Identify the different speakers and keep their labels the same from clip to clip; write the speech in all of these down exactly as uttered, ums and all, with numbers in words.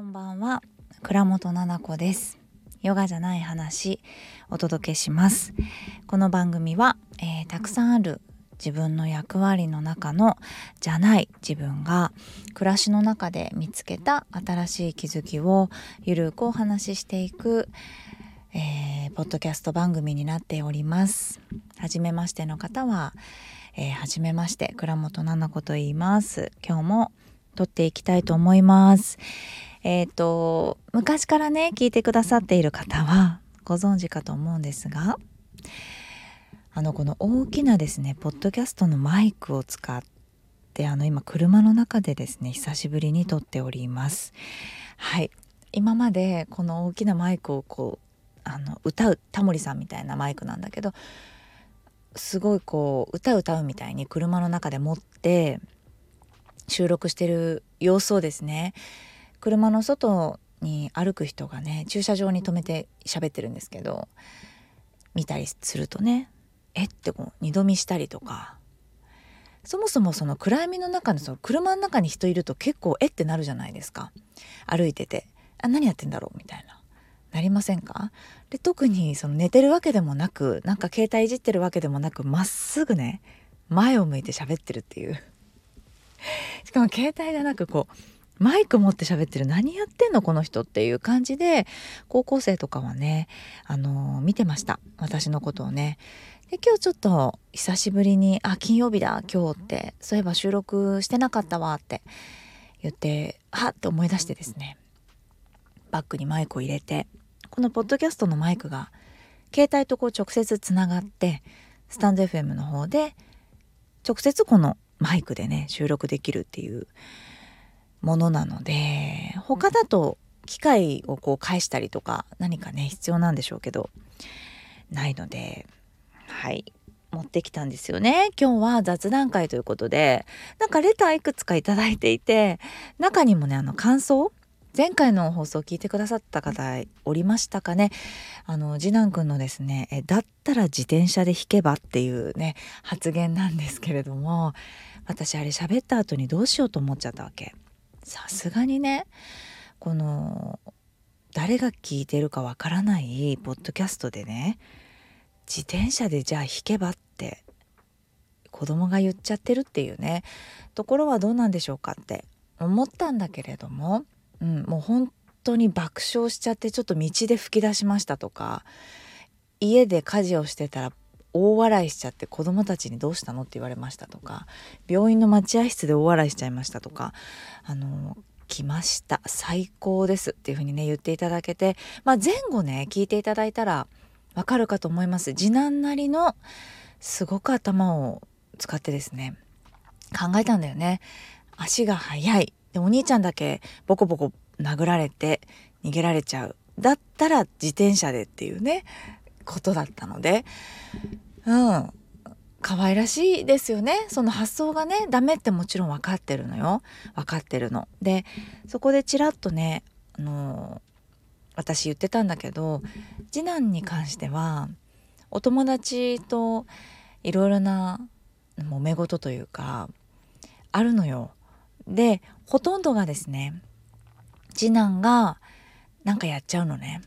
Speaker 1: んばんは、倉本々子です。ヨガじゃない話お届けします。この番組は、えー、たくさんある自分の役割の中のじゃない自分が暮らしの中で見つけた新しい気づきをゆるくお話ししていく、えー、ポッドキャスト番組になっております。はじめましての方は、えー、はじめまして、倉本々子と言います。今日も撮っていきたいと思います。えっと昔からね聞いてくださっている方はご存知かと思うんですが、あのこの大きなですねポッドキャストのマイクを使ってあの今車の中でですね久しぶりに撮っております。はい、今までこの大きなマイクをこうあの歌うタモリさんみたいなマイクなんだけど、すごいこう歌歌うみたいに車の中で持って収録してる様子をですね、車の外に歩く人がね駐車場に止めて喋ってるんですけど、見たりするとねえってこう二度見したりとか、そもそもその暗闇の中のその車の中に人いると結構えってなるじゃないですか。歩いててあ何やってんだろうみたいななりませんか？で特にその寝てるわけでもなく、なんか携帯いじってるわけでもなく、まっすぐね前を向いて喋ってるっていうしかも携帯じゃなくこうマイク持って喋ってる、何やってんのこの人っていう感じで、高校生とかはねあのー、見てました、私のことをね。で今日ちょっと久しぶりにあ金曜日だ今日って、そういえば収録してなかったわって言ってはっと思い出してですね、バッグにマイクを入れて、このポッドキャストのマイクが携帯とこう直接つながってスタンド エフエム の方で直接このマイクでね収録できるっていうものなので、他だと機械をこう返したりとか何かね必要なんでしょうけどないので、はい持ってきたんですよね。今日は雑談会ということで、なんかレターいくつかいただいていて、中にもねあの感想、前回の放送を聞いてくださった方おりましたかね。あの次男くんのですねえだったら自転車で弾けばっていうね発言なんですけれども、私あれ喋った後にどうしようと思っちゃったわけ。さすがにねこの誰が聞いてるかわからないポッドキャストでね自転車でじゃあ弾けばって子供が言っちゃってるっていうねところはどうなんでしょうかって思ったんだけれども、うん、もう本当に爆笑しちゃって、ちょっと道で吹き出しましたとか、家で家事をしてたら大笑いしちゃって子供たちにどうしたのって言われましたとか、病院の待合室で大笑いしちゃいましたとか、あの来ました最高ですっていう風にね言っていただけて、まあ、前後ね聞いていただいたらわかるかと思います。次男なりのすごく頭を使ってですね考えたんだよね。足が速いでお兄ちゃんだけボコボコ殴られて逃げられちゃう、だったら自転車でっていうねことだったので、うん可愛らしいですよね。その発想がねダメってもちろん分かってるのよ、分かってるので、そこでちらっとねあの私言ってたんだけど、次男に関してはお友達といろいろな揉め事というかあるのよ。でほとんどがですね次男がなんかやっちゃうのね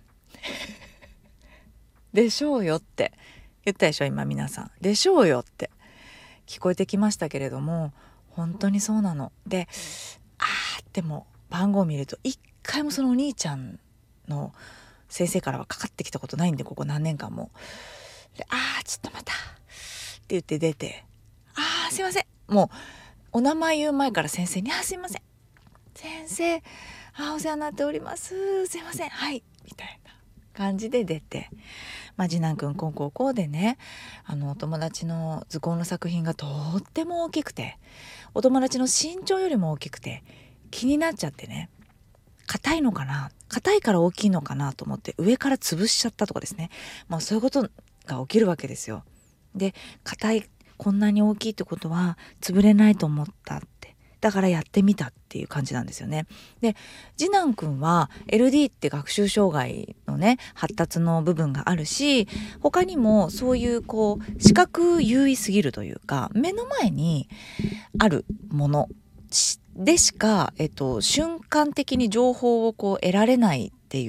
Speaker 1: でしょうよって言ったでしょ今皆さん、でしょうよって聞こえてきましたけれども、本当にそうなので、あーっても番号を見ると一回もそのお兄ちゃんの先生からはかかってきたことないんで、ここ何年間もで、あーちょっとまたって言って出て、あーすいません、もうお名前言う前から先生にあーすいません先生あーお世話になっておりますすいませんはいみたいな感じで出て、まあ、次男くんこうこうこうでね、あのお友達の図工の作品がとっても大きくて、お友達の身長よりも大きくて気になっちゃってね、硬いのかな、硬いから大きいのかなと思って上から潰しちゃったとかですね、まあ、そういうことが起きるわけですよ。で硬い、こんなに大きいってことは潰れないと思ったって、だからやってみたっていう感じなんですよね。で次男くんは エルディー って学習障害のね発達の部分があるし、他にもそういうこう視覚優位すぎるというか、目の前にあるものでしか、えっと、瞬間的に情報をこう得られないっていう、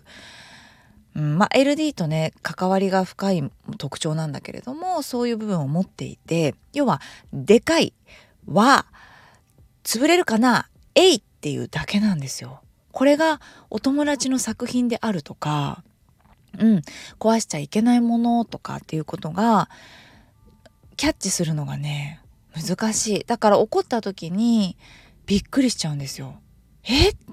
Speaker 1: うんまあ、エルディー とね関わりが深い特徴なんだけれども、そういう部分を持っていて、要はでかいは潰れるかなえいっていうだけなんですよ。これがお友達の作品であるとか、うん、壊しちゃいけないものとかっていうことがキャッチするのがね難しい。だから怒った時にびっくりしちゃうんですよ。えって、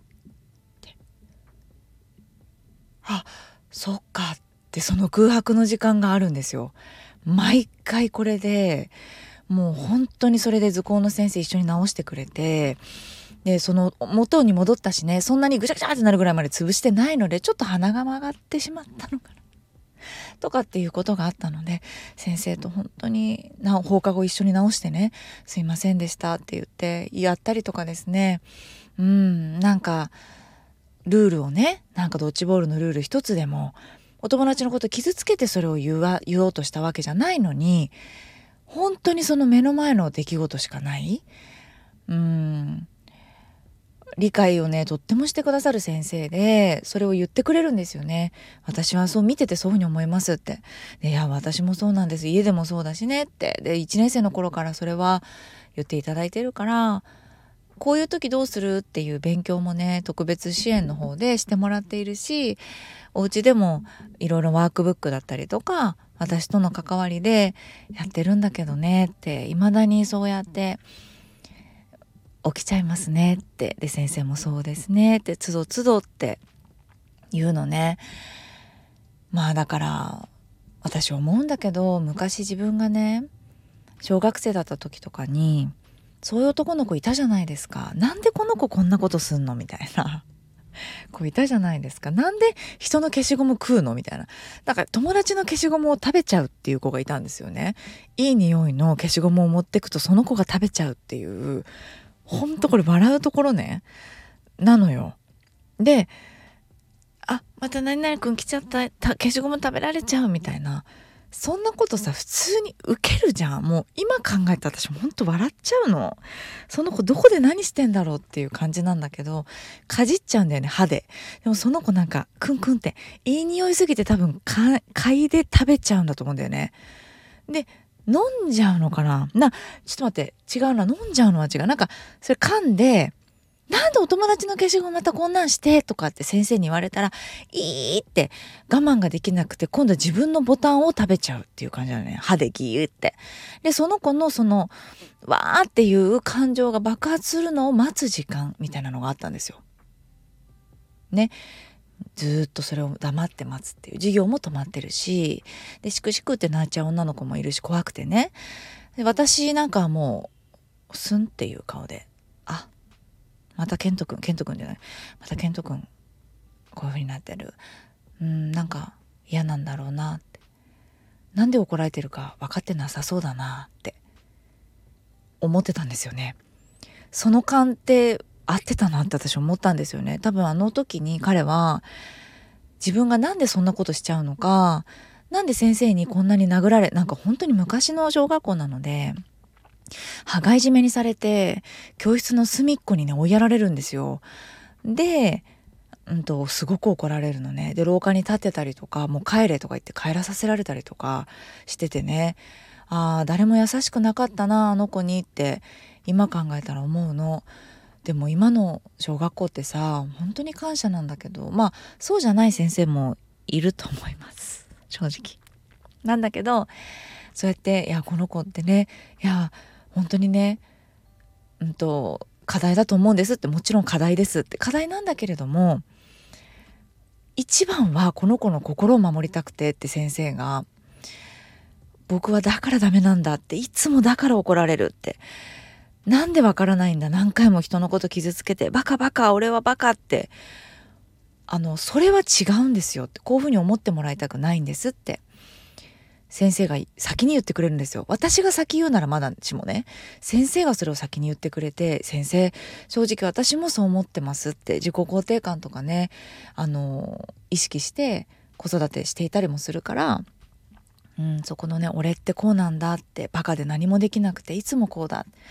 Speaker 1: あ、そっかってその空白の時間があるんですよ。毎回これでもう本当にそれで図工の先生一緒に直してくれて、でその元に戻ったしね、そんなにぐちゃぐちゃってなるぐらいまで潰してないので、ちょっと鼻が曲がってしまったのかなとかっていうことがあったので、先生と本当にな放課後一緒に直してね、すいませんでしたって言ってやったりとかですね、うんなんかルールをね、なんかドッジボールのルール一つでもお友達のこと傷つけてそれを言わ言おうとしたわけじゃないのに、本当にその目の前の出来事しかない、うん理解をねとってもしてくださる先生で、それを言ってくれるんですよね。私はそう見ててそういうふうに思いますって。でいや私もそうなんです、家でもそうだしねって。でいちねん生の頃からそれは言っていただいてるから、こういう時どうするっていう勉強もね特別支援の方でしてもらっているし、お家でもいろいろワークブックだったりとか私との関わりでやってるんだけどねって、未だにそうやって起きちゃいますねって、で先生もそうですねってつどつどって言うのね。まあだから私思うんだけど、昔自分がね小学生だった時とかにそういう男の子いたじゃないですか。なんでこの子こんなことすんのみたいな子いたじゃないですか。なんで人の消しゴム食うのみたいな。だから友達の消しゴムを食べちゃうっていう子がいたんですよね。いい匂いの消しゴムを持ってくとその子が食べちゃうっていう、ほんとこれ笑うところねなのよ。で、あ、また何々くん来ちゃった、た消しゴム食べられちゃうみたいな、そんなことさ普通にウケるじゃん。もう今考えたら私ほんと笑っちゃうの。その子どこで何してんだろうっていう感じなんだけど、かじっちゃうんだよね歯で。でもその子なんかクンクンっていい匂いすぎて多分か嗅いで食べちゃうんだと思うんだよね。で飲んじゃうのかなな、ちょっと待って、違うな、飲んじゃうのは違う。なんかそれ噛んで、なんでお友達の消しゴムまたこんなんしてとかって先生に言われたら、いいって我慢ができなくて、今度は自分のボタンを食べちゃうっていう感じなのね。歯でギーって。でその子のそのわーっていう感情が爆発するのを待つ時間みたいなのがあったんですよ。ね。ずっとそれを黙って待つっていう授業も止まってるし、でしくしくって泣いちゃう女の子もいるし怖くてね。で私なんかはもうスンっていう顔で、あ、またケントくんケントくんじゃないまたケントくんこういう風になってる、うんなんか嫌なんだろうなって、なんで怒られてるか分かってなさそうだなって思ってたんですよね。その勘って合ってたなって私思ったんですよね。多分あの時に彼は自分がなんでそんなことしちゃうのか、なんで先生にこんなに殴られ、なんか本当に昔の小学校なので羽交い締めにされて教室の隅っこにね追いやられるんですよ。で、うんとすごく怒られるのね。で廊下に立ってたりとか、もう帰れとか言って帰らさせられたりとかしててね、あー誰も優しくなかったなあの子にって今考えたら思うの。でも今の小学校ってさ本当に感謝なんだけど、まあそうじゃない先生もいると思います正直。なんだけどそうやっていやこの子ってね、いや本当にね、うんと課題だと思うんですって、もちろん課題ですって課題なんだけれども、一番はこの子の心を守りたくてって先生が、僕はだからダメなんだって、いつもだから怒られるって、なんでわからないんだ、何回も人のこと傷つけてバカバカ俺はバカって、あのそれは違うんですよって、こういうふうに思ってもらいたくないんですって先生が先に言ってくれるんですよ。私が先言うならまだしもね、先生がそれを先に言ってくれて、先生正直私もそう思ってますって、自己肯定感とかね、あの意識して子育てしていたりもするから、うん、そこのね俺ってこうなんだって、バカで何もできなくていつもこうだ、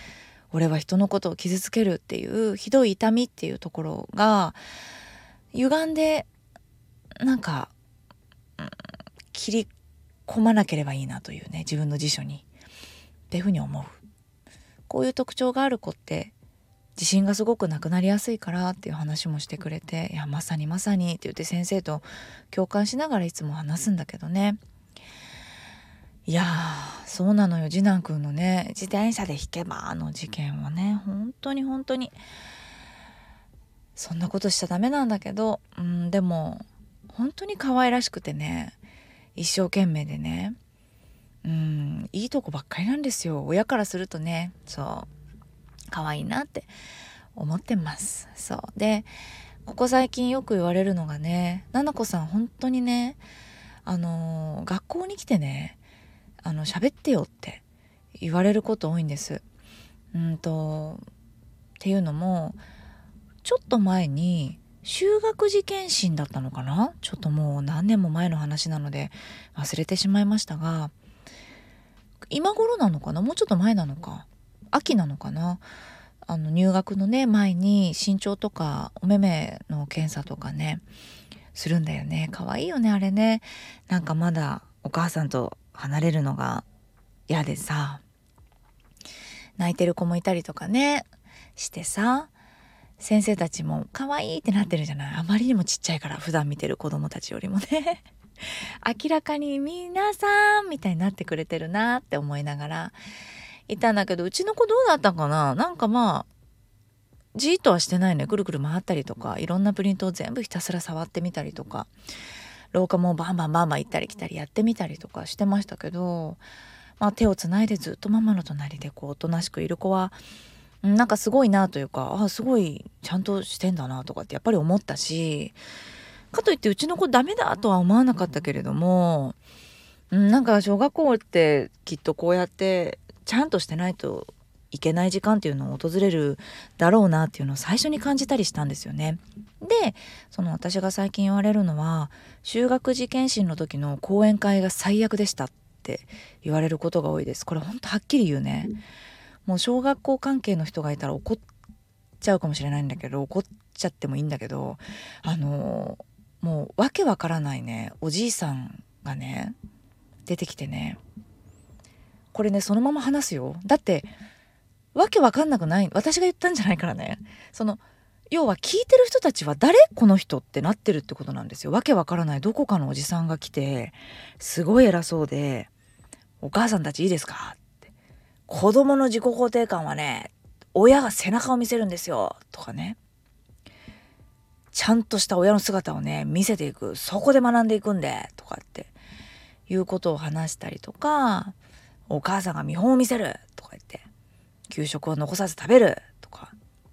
Speaker 1: 俺は人のことを傷つけるっていうひどい痛みっていうところが歪んでなんか、うん、切り込まなければいいなというね、自分の辞書にっていうふうに思う。こういう特徴がある子って自信がすごくなくなりやすいからっていう話もしてくれて、いやまさにまさにって言って先生と共感しながらいつも話すんだけどね。いやーそうなのよ、次男くんのね自転車で引けばの事件はね、本当に本当にそんなことしちゃダメなんだけど、うん、でも本当に可愛らしくてね、一生懸命でね、うんいいとこばっかりなんですよ。親からするとね、そう可愛いなって思ってます。そうでここ最近よく言われるのがね、ななこさん本当にね、あのー、学校に来てね、あの喋ってよって言われること多いんです。うんとっていうのもちょっと前に修学時検診だったのかな、ちょっともう何年も前の話なので忘れてしまいましたが、今頃なのかな、もうちょっと前なのか、秋なのかな、あの入学のね前に身長とかお目目の検査とかねするんだよね。可愛いよねあれね。なんかまだお母さんと離れるのが嫌でさ、泣いてる子もいたりとかねしてさ、先生たちも可愛いってなってるじゃない。あまりにもちっちゃいから、普段見てる子供たちよりもね明らかに皆さんみたいになってくれてるなって思いながらいたんだけど、うちの子どうだったかな、なんかまあじーっとはしてないのよ。くるくる回ったりとか、いろんなプリントを全部ひたすら触ってみたりとか、廊下もバンバンバンバン行ったり来たりやってみたりとかしてましたけど、まあ、手をつないでずっとママの隣でこうおとなしくいる子はなんかすごいなというか、あすごいちゃんとしてんだなとかってやっぱり思ったし、かといってうちの子ダメだとは思わなかったけれども、うんなんか小学校ってきっとこうやってちゃんとしてないといけない時間っていうのを訪れるだろうなっていうのを最初に感じたりしたんですよね。でその私が最近言われるのは、修学時検診の時の講演会が最悪でしたって言われることが多いです。これほんとはっきり言うね。もう小学校関係の人がいたら怒っちゃうかもしれないんだけど、怒っちゃってもいいんだけど、あのもうわけわからないねおじいさんがね出てきてね、これねそのまま話すよ。だってわけわかんなくない、私が言ったんじゃないからね。その要は聞いてる人たちは誰この人ってなってるってことなんですよ。わけわからないどこかのおじさんが来てすごい偉そうで、お母さんたちいいですかって、子供の自己肯定感はね親が背中を見せるんですよとかね、ちゃんとした親の姿をね見せていく、そこで学んでいくんでとかっていうことを話したりとか、お母さんが見本を見せるとか言って給食を残さず食べるとか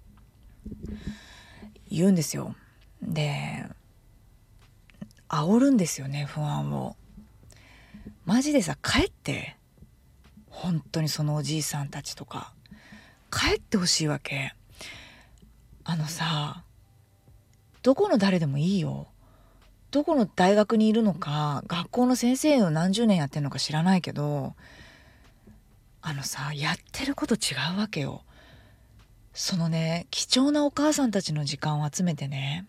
Speaker 1: 言うんですよ。で煽るんですよね、不安を。マジでさ帰って本当にそのおじいさんたちとか帰ってほしいわけ。あのさどこの誰でもいいよ、どこの大学にいるのか学校の先生を何十年やってるのか知らないけど、あのさやってること違うわけよ。そのね貴重なお母さんたちの時間を集めてね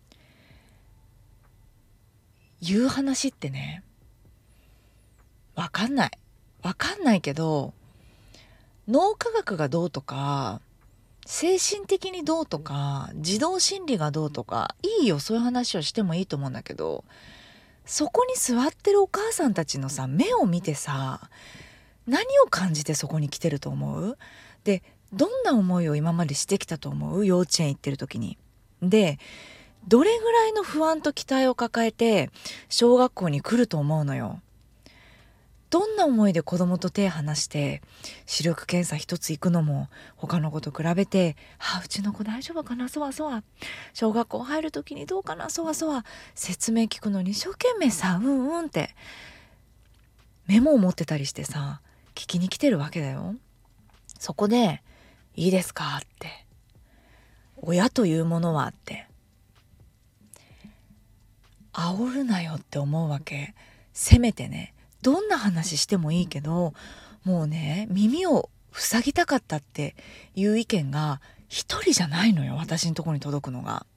Speaker 1: 言う話ってね、わかんないわかんないけど、脳科学がどうとか精神的にどうとか児童心理がどうとかいいよ、そういう話をしてもいいと思うんだけど、そこに座ってるお母さんたちのさ目を見てさ、何を感じてそこに来てると思う？でどんな思いを今までしてきたと思う？幼稚園行ってる時に。でどれぐらいの不安と期待を抱えて小学校に来ると思うのよ。どんな思いで子供と手離して視力検査一つ行くのも他の子と比べて、あうちの子大丈夫かなそわそわ、小学校入る時にどうかなそわそわ、説明聞くのに一生懸命さうんうんってメモを持ってたりしてさ聞きに来てるわけだよ。そこでいいですかって、親というものはって煽るなよって思うわけ。せめてねどんな話してもいいけど、もうね耳を塞ぎたかったっていう意見が一人じゃないのよ、私のところに届くのが。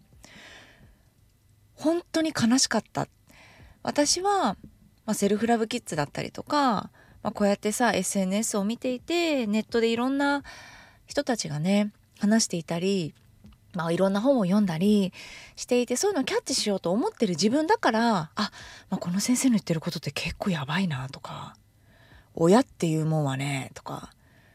Speaker 1: 本当に悲しかった。私は、まあ、セルフラブキッズだったりとか、まあ、こうやってさ エスエヌエス を見ていて、ネットでいろんな人たちがね話していたり、まあ、いろんな本を読んだりしていて、そういうのをキャッチしようと思ってる自分だから、あ、まあ、この先生の言ってることって結構やばいなとか、親っていうもんはねとか、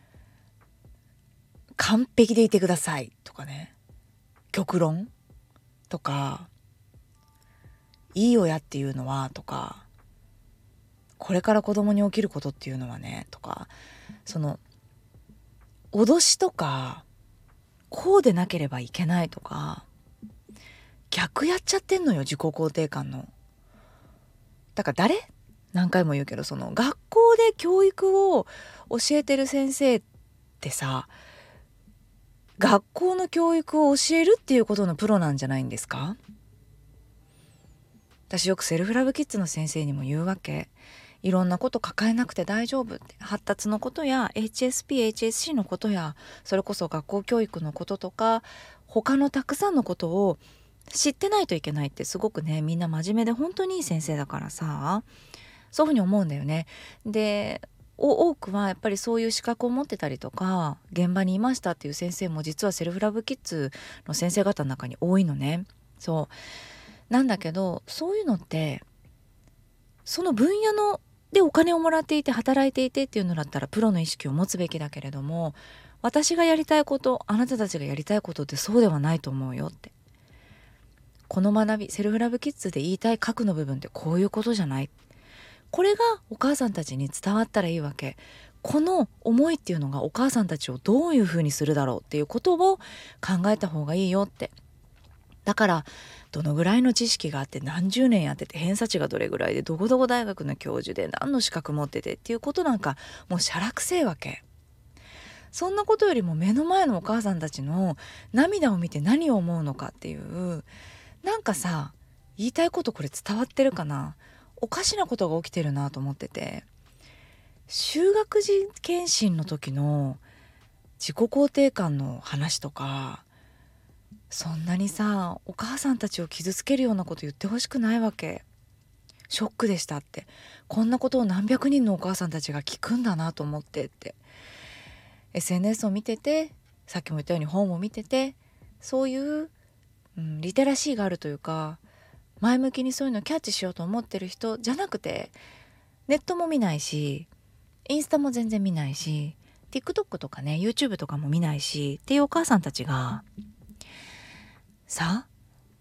Speaker 1: 完璧でいてくださいとかね、極論とか、いい親っていうのはとか、これから子供に起きることっていうのはねとか、その脅しとか、こうでなければいけないとか、逆やっちゃってんのよ、自己肯定感の。だから誰？何回も言うけど、その学校で教育を教えてる先生ってさ、学校の教育を教えるっていうことのプロなんじゃないんですか？私よくセルフラブキッズの先生にも言うわけ。いろんなこと抱えなくて大丈夫って、発達のことや エイチエスピー、エイチエスシー のことや、それこそ学校教育のこととか、他のたくさんのことを知ってないといけないって、すごくね、みんな真面目で本当にいい先生だからさ、そういうふうに思うんだよね。で、多くはやっぱりそういう資格を持ってたりとか、現場にいましたっていう先生も実はセルフラブキッズの先生方の中に多いのね。そうなんだけど、そういうのってその分野のでお金をもらっていて働いていてっていうのだったらプロの意識を持つべきだけれども、私がやりたいこと、あなたたちがやりたいことってそうではないと思うよって。この学び、セルフラブキッズで言いたい核の部分ってこういうことじゃない。これがお母さんたちに伝わったらいいわけ。この思いっていうのがお母さんたちをどういうふうにするだろうっていうことを考えた方がいいよって。だからどのぐらいの知識があって、何十年やってて、偏差値がどれぐらいで、どこどこ大学の教授で何の資格持っててっていうことなんかもうしゃらくせえわけ。そんなことよりも目の前のお母さんたちの涙を見て何を思うのかっていう、なんかさ、言いたいことこれ伝わってるかな。おかしなことが起きてるなと思ってて、就学時検診の時の自己肯定感の話とか、そんなにさ、お母さんたちを傷つけるようなこと言ってほしくないわけ。ショックでしたって、こんなことを何百人のお母さんたちが聞くんだなと思ってって、 エスエヌエス を見てて、さっきも言ったように本を見てて、そういう、うん、リテラシーがあるというか、前向きにそういうのをキャッチしようと思ってる人じゃなくて、ネットも見ないし、インスタも全然見ないし、 TikTok とかね YouTube とかも見ないしっていうお母さんたちがさ、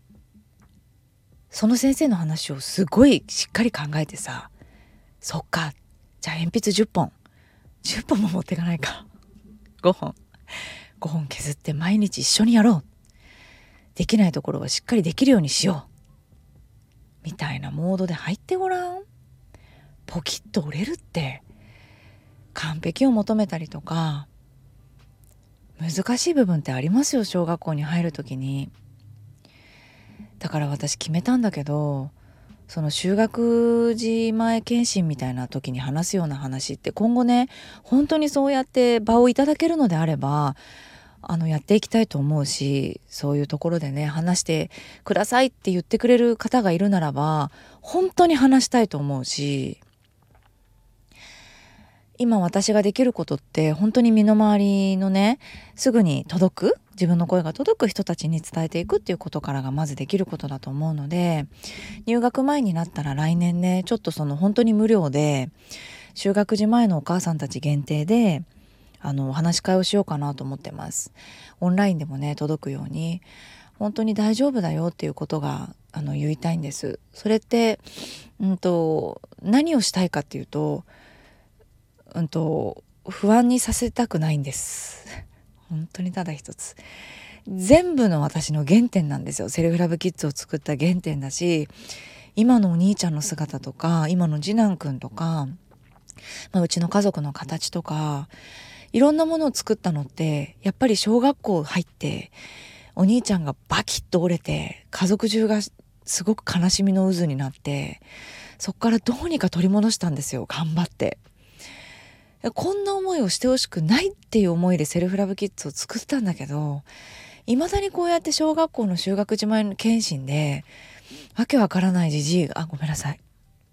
Speaker 1: その先生の話をすごいしっかり考えてさ、そっか、じゃあ鉛筆じゅっぽんじゅっぽんも持ってかないか、ごほんごほん削って毎日一緒にやろう、できないところはしっかりできるようにしようみたいなモードで入ってごらん。ポキッと折れるって。完璧を求めたりとか難しい部分ってありますよ、小学校に入る時に。だから私決めたんだけど、その就学時前検診みたいな時に話すような話って今後ね、本当にそうやって場をいただけるのであれば、あのやっていきたいと思うし、そういうところでね話してくださいって言ってくれる方がいるならば本当に話したいと思うし、今私ができることって本当に身の回りのね、すぐに届く、自分の声が届く人たちに伝えていくっていうことからがまずできることだと思うので、入学前になったら来年ね、ちょっとその本当に無料で就学時前のお母さんたち限定であのお話し会をしようかなと思ってます。オンラインでもね届くように、本当に大丈夫だよっていうことがあの言いたいんです。それって、うんと、何をしたいかっていうと、うんと不安にさせたくないんです。本当にただ一つ、全部の私の原点なんですよ。セルフラブキッズを作った原点だし、今のお兄ちゃんの姿とか、今の次男くんとか、まあ、うちの家族の形とか、いろんなものを作ったのってやっぱり小学校入ってお兄ちゃんがバキッと折れて、家族中がすごく悲しみの渦になって、そっからどうにか取り戻したんですよ、頑張って。 こんな思いをしてほしくないっていう思いでセルフラブキッズを作ったんだけど、いまだにこうやって小学校の就学時前の検診でわけわからないじじいが、あ、ごめんなさい、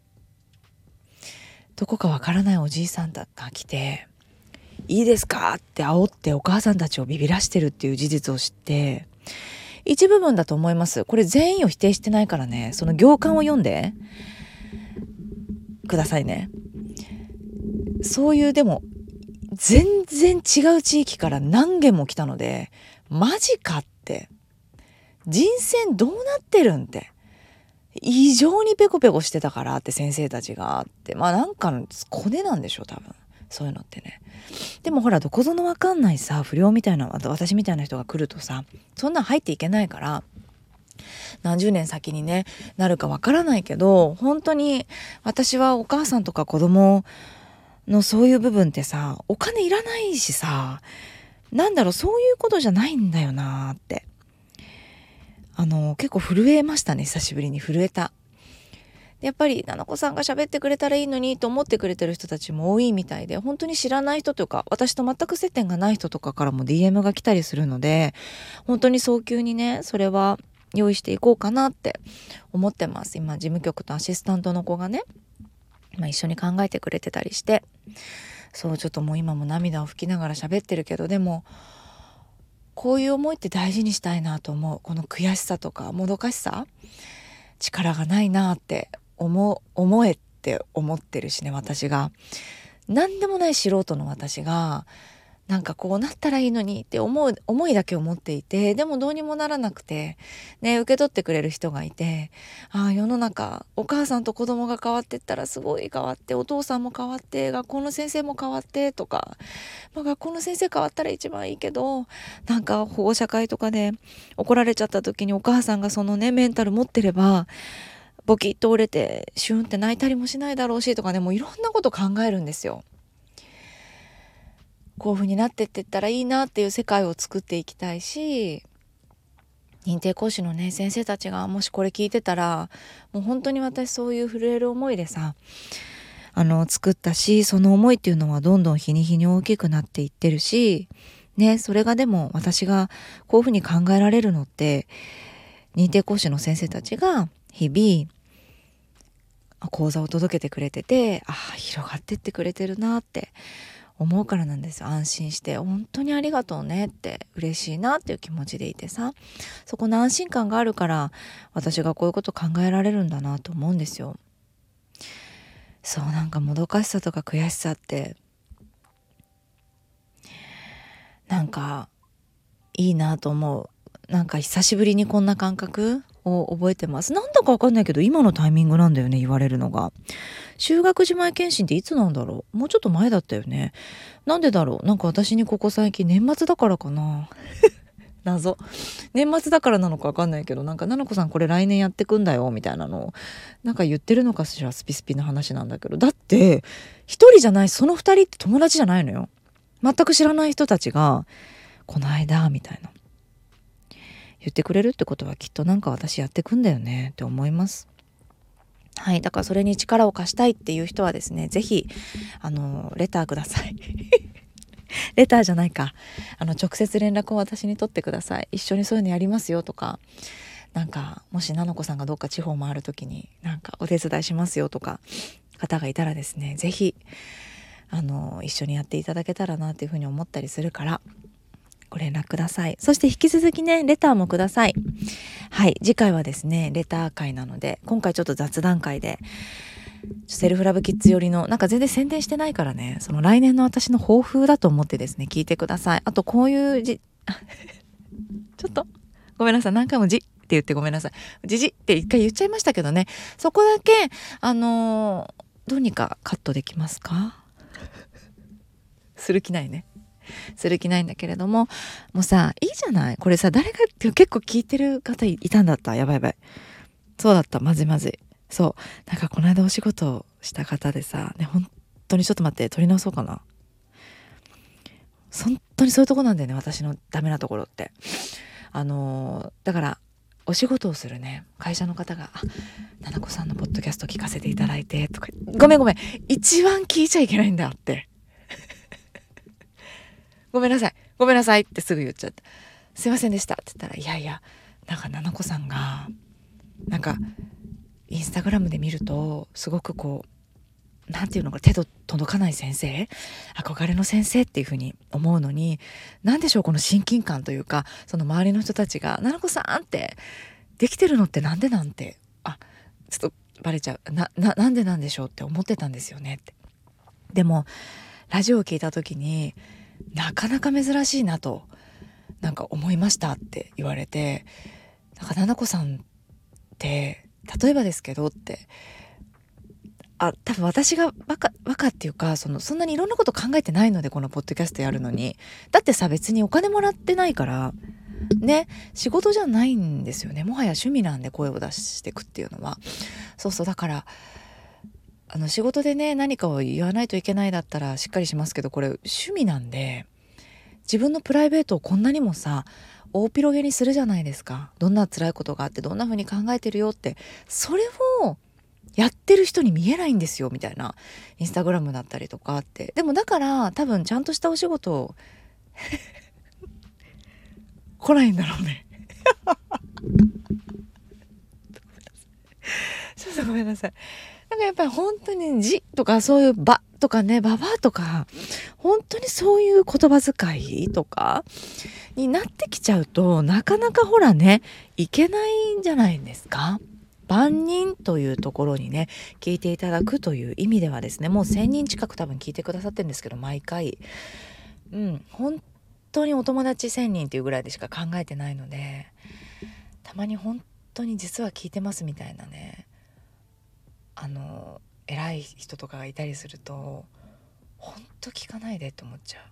Speaker 1: どこかわからないおじいさんが来て、いいですかって煽ってお母さんたちをビビらしてるっていう事実を知って、一部分だと思います。これ全員を否定してないからね、その行間を読んでくださいね。そういう、でも全然違う地域から何件も来たので、マジかって、人選どうなってるんって、異常にペコペコしてたからって先生たちがあって、まあなんかのコネなんでしょう多分、そういうのってね。でもほら、どこぞのわかんないさ不良みたいな、私みたいな人が来るとさ、そんなん入っていけないから、何十年先にねなるかわからないけど、本当に私はお母さんとか子供のそういう部分ってさ、お金いらないしさ、なんだろう、そういうことじゃないんだよなって、あの結構震えましたね。久しぶりに震えた。やっぱり菜々子さんが喋ってくれたらいいのにと思ってくれてる人たちも多いみたいで、本当に知らない人とか、私と全く接点がない人とかからも ディーエム が来たりするので、本当に早急にねそれは用意していこうかなって思ってます。今事務局とアシスタントの子がね、まあ、一緒に考えてくれてたりして、そうちょっともう今も涙を拭きながら喋ってるけど、でもこういう思いって大事にしたいなと思う。この悔しさとかもどかしさ、力がないなって思う思えって思ってるしね。私が何でもない素人の私がなんかこうなったらいいのにって思う思いだけを持っていて、でもどうにもならなくてね、受け取ってくれる人がいて、ああ世の中お母さんと子供が変わってったらすごい変わって、お父さんも変わって、学校の先生も変わってとか、まあ、学校の先生変わったら一番いいけど、なんか保護者会とかで怒られちゃった時にお母さんがそのねメンタル持ってればボキッと折れてシュンって泣いたりもしないだろうしとかね、もういろんなこと考えるんですよ。こういう風になってってったらいいなっていう世界を作っていきたいし、認定講師のね先生たちがもしこれ聞いてたら、もう本当に私そういう震える思いでさあの作ったし、その思いっていうのはどんどん日に日に大きくなっていってるしね、それがでも私がこういう風に考えられるのって認定講師の先生たちが日々講座を届けてくれてて、ああ広がってってくれてるなって思うからなんですよ。安心して本当にありがとうねって、嬉しいなっていう気持ちでいてさ、そこの安心感があるから私がこういうこと考えられるんだなと思うんですよ。そう、なんかもどかしさとか悔しさってなんかいいなと思う。なんか久しぶりにこんな感覚を覚えてます。なんだかわかんないけど今のタイミングなんだよね、言われるのが。就学時前検診っていつなんだろう。もうちょっと前だったよね。なんでだろう。なんか私にここ最近年末だからかな謎。年末だからなのかわかんないけど、なんか菜々子さんこれ来年やってくんだよみたいなのをなんか言ってるのかしら。スピスピな話なんだけど、だって一人じゃない、その二人って友達じゃないのよ。全く知らない人たちがこの間みたいな言ってくれるってことは、きっとなんか私やってくんだよねって思います。はい、だからそれに力を貸したいっていう人はですね、ぜひあのレターくださいレターじゃないか、あの直接連絡を私に取ってください。一緒にそういうのやりますよとか、なんかもし菜々子さんがどっか地方回る時になんかお手伝いしますよとか方がいたらですね、ぜひあの一緒にやっていただけたらなというふうに思ったりするからご連絡ください。そして引き続きねレターもください。はい、次回はですねレター会なので、今回ちょっと雑談会でセルフラブキッズ寄りの、なんか全然宣伝してないからね、その来年の私の抱負だと思ってですね聞いてください。あとこういうじちょっとごめんなさい、何回もじって言ってごめんなさい、じじって一回言っちゃいましたけどね、そこだけあのー、どうにかカットできますかする気ないねする気ないんだけれども、もうさいいじゃないこれさ、誰が結構聞いてる方いたんだった。やばいやばい、そうだった、まずいまずい。そうなんかこの間お仕事をした方でさ、ね、本当にちょっと待って、取り直そうかな。本当にそういうとこなんだよね、私のダメなところって。あのー、だからお仕事をするね会社の方が「菜々子さんのポッドキャスト聞かせていただいて」とか、ごめんごめん、一番聞いちゃいけないんだってごめんなさいごめんなさいってすぐ言っちゃって、すいませんでしたって言ったら、いやいやなんかななこさんがなんかインスタグラムで見るとすごくこうなんていうのか手と届かない先生、憧れの先生っていう風に思うのに、なんでしょうこの親近感というか、その周りの人たちがななこさんってできてるのってなんでなんて、あちょっとバレちゃうな、な、なんでなんでしょうって思ってたんですよねって。でもラジオを聞いた時になかなか珍しいなとなんか思いましたって言われて、なんかななこさんって例えばですけどって、あ多分私がバカバカっていうか、そのそんなにいろんなこと考えてないので、このポッドキャストやるのに、だってさ別にお金もらってないからね、仕事じゃないんですよね。もはや趣味なんで声を出していくっていうのは。そうそう、だからあの仕事でね何かを言わないといけないだったらしっかりしますけど、これ趣味なんで、自分のプライベートをこんなにもさ大広げにするじゃないですか。どんな辛いことがあってどんな風に考えてるよって、それをやってる人に見えないんですよみたいな、インスタグラムだったりとかって。でもだから多分ちゃんとしたお仕事来ないんだろうねちょっとごめんなさい。なんかやっぱり本当に字とかそういう場とかね、ババアとか本当にそういう言葉遣いとかになってきちゃうと、なかなかほらねいけないんじゃないですか。万人というところにね聞いていただくという意味ではですね、もうせんにん近く多分聞いてくださってるんですけど、毎回うん本当にお友達せんにんっていうぐらいでしか考えてないので、たまに本当に実は聞いてますみたいなね、あの偉い人とかがいたりすると本当聞かないでと思っちゃう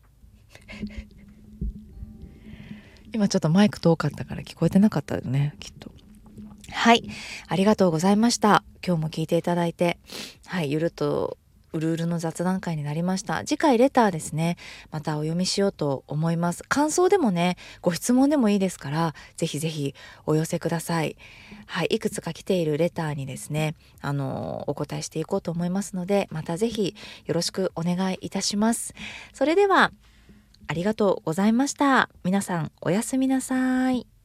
Speaker 1: 今ちょっとマイク遠かったから聞こえてなかったよねきっと。はい、ありがとうございました。今日も聞いていただいて、はい、ゆるっとうるうるの雑談会になりました。次回レターですね、またお読みしようと思います。感想でもね、ご質問でもいいですから、ぜひぜひお寄せください。はい、いくつか来ているレターにですね、あのお答えしていこうと思いますので、またぜひよろしくお願いいたします。それではありがとうございました。皆さんおやすみなさい。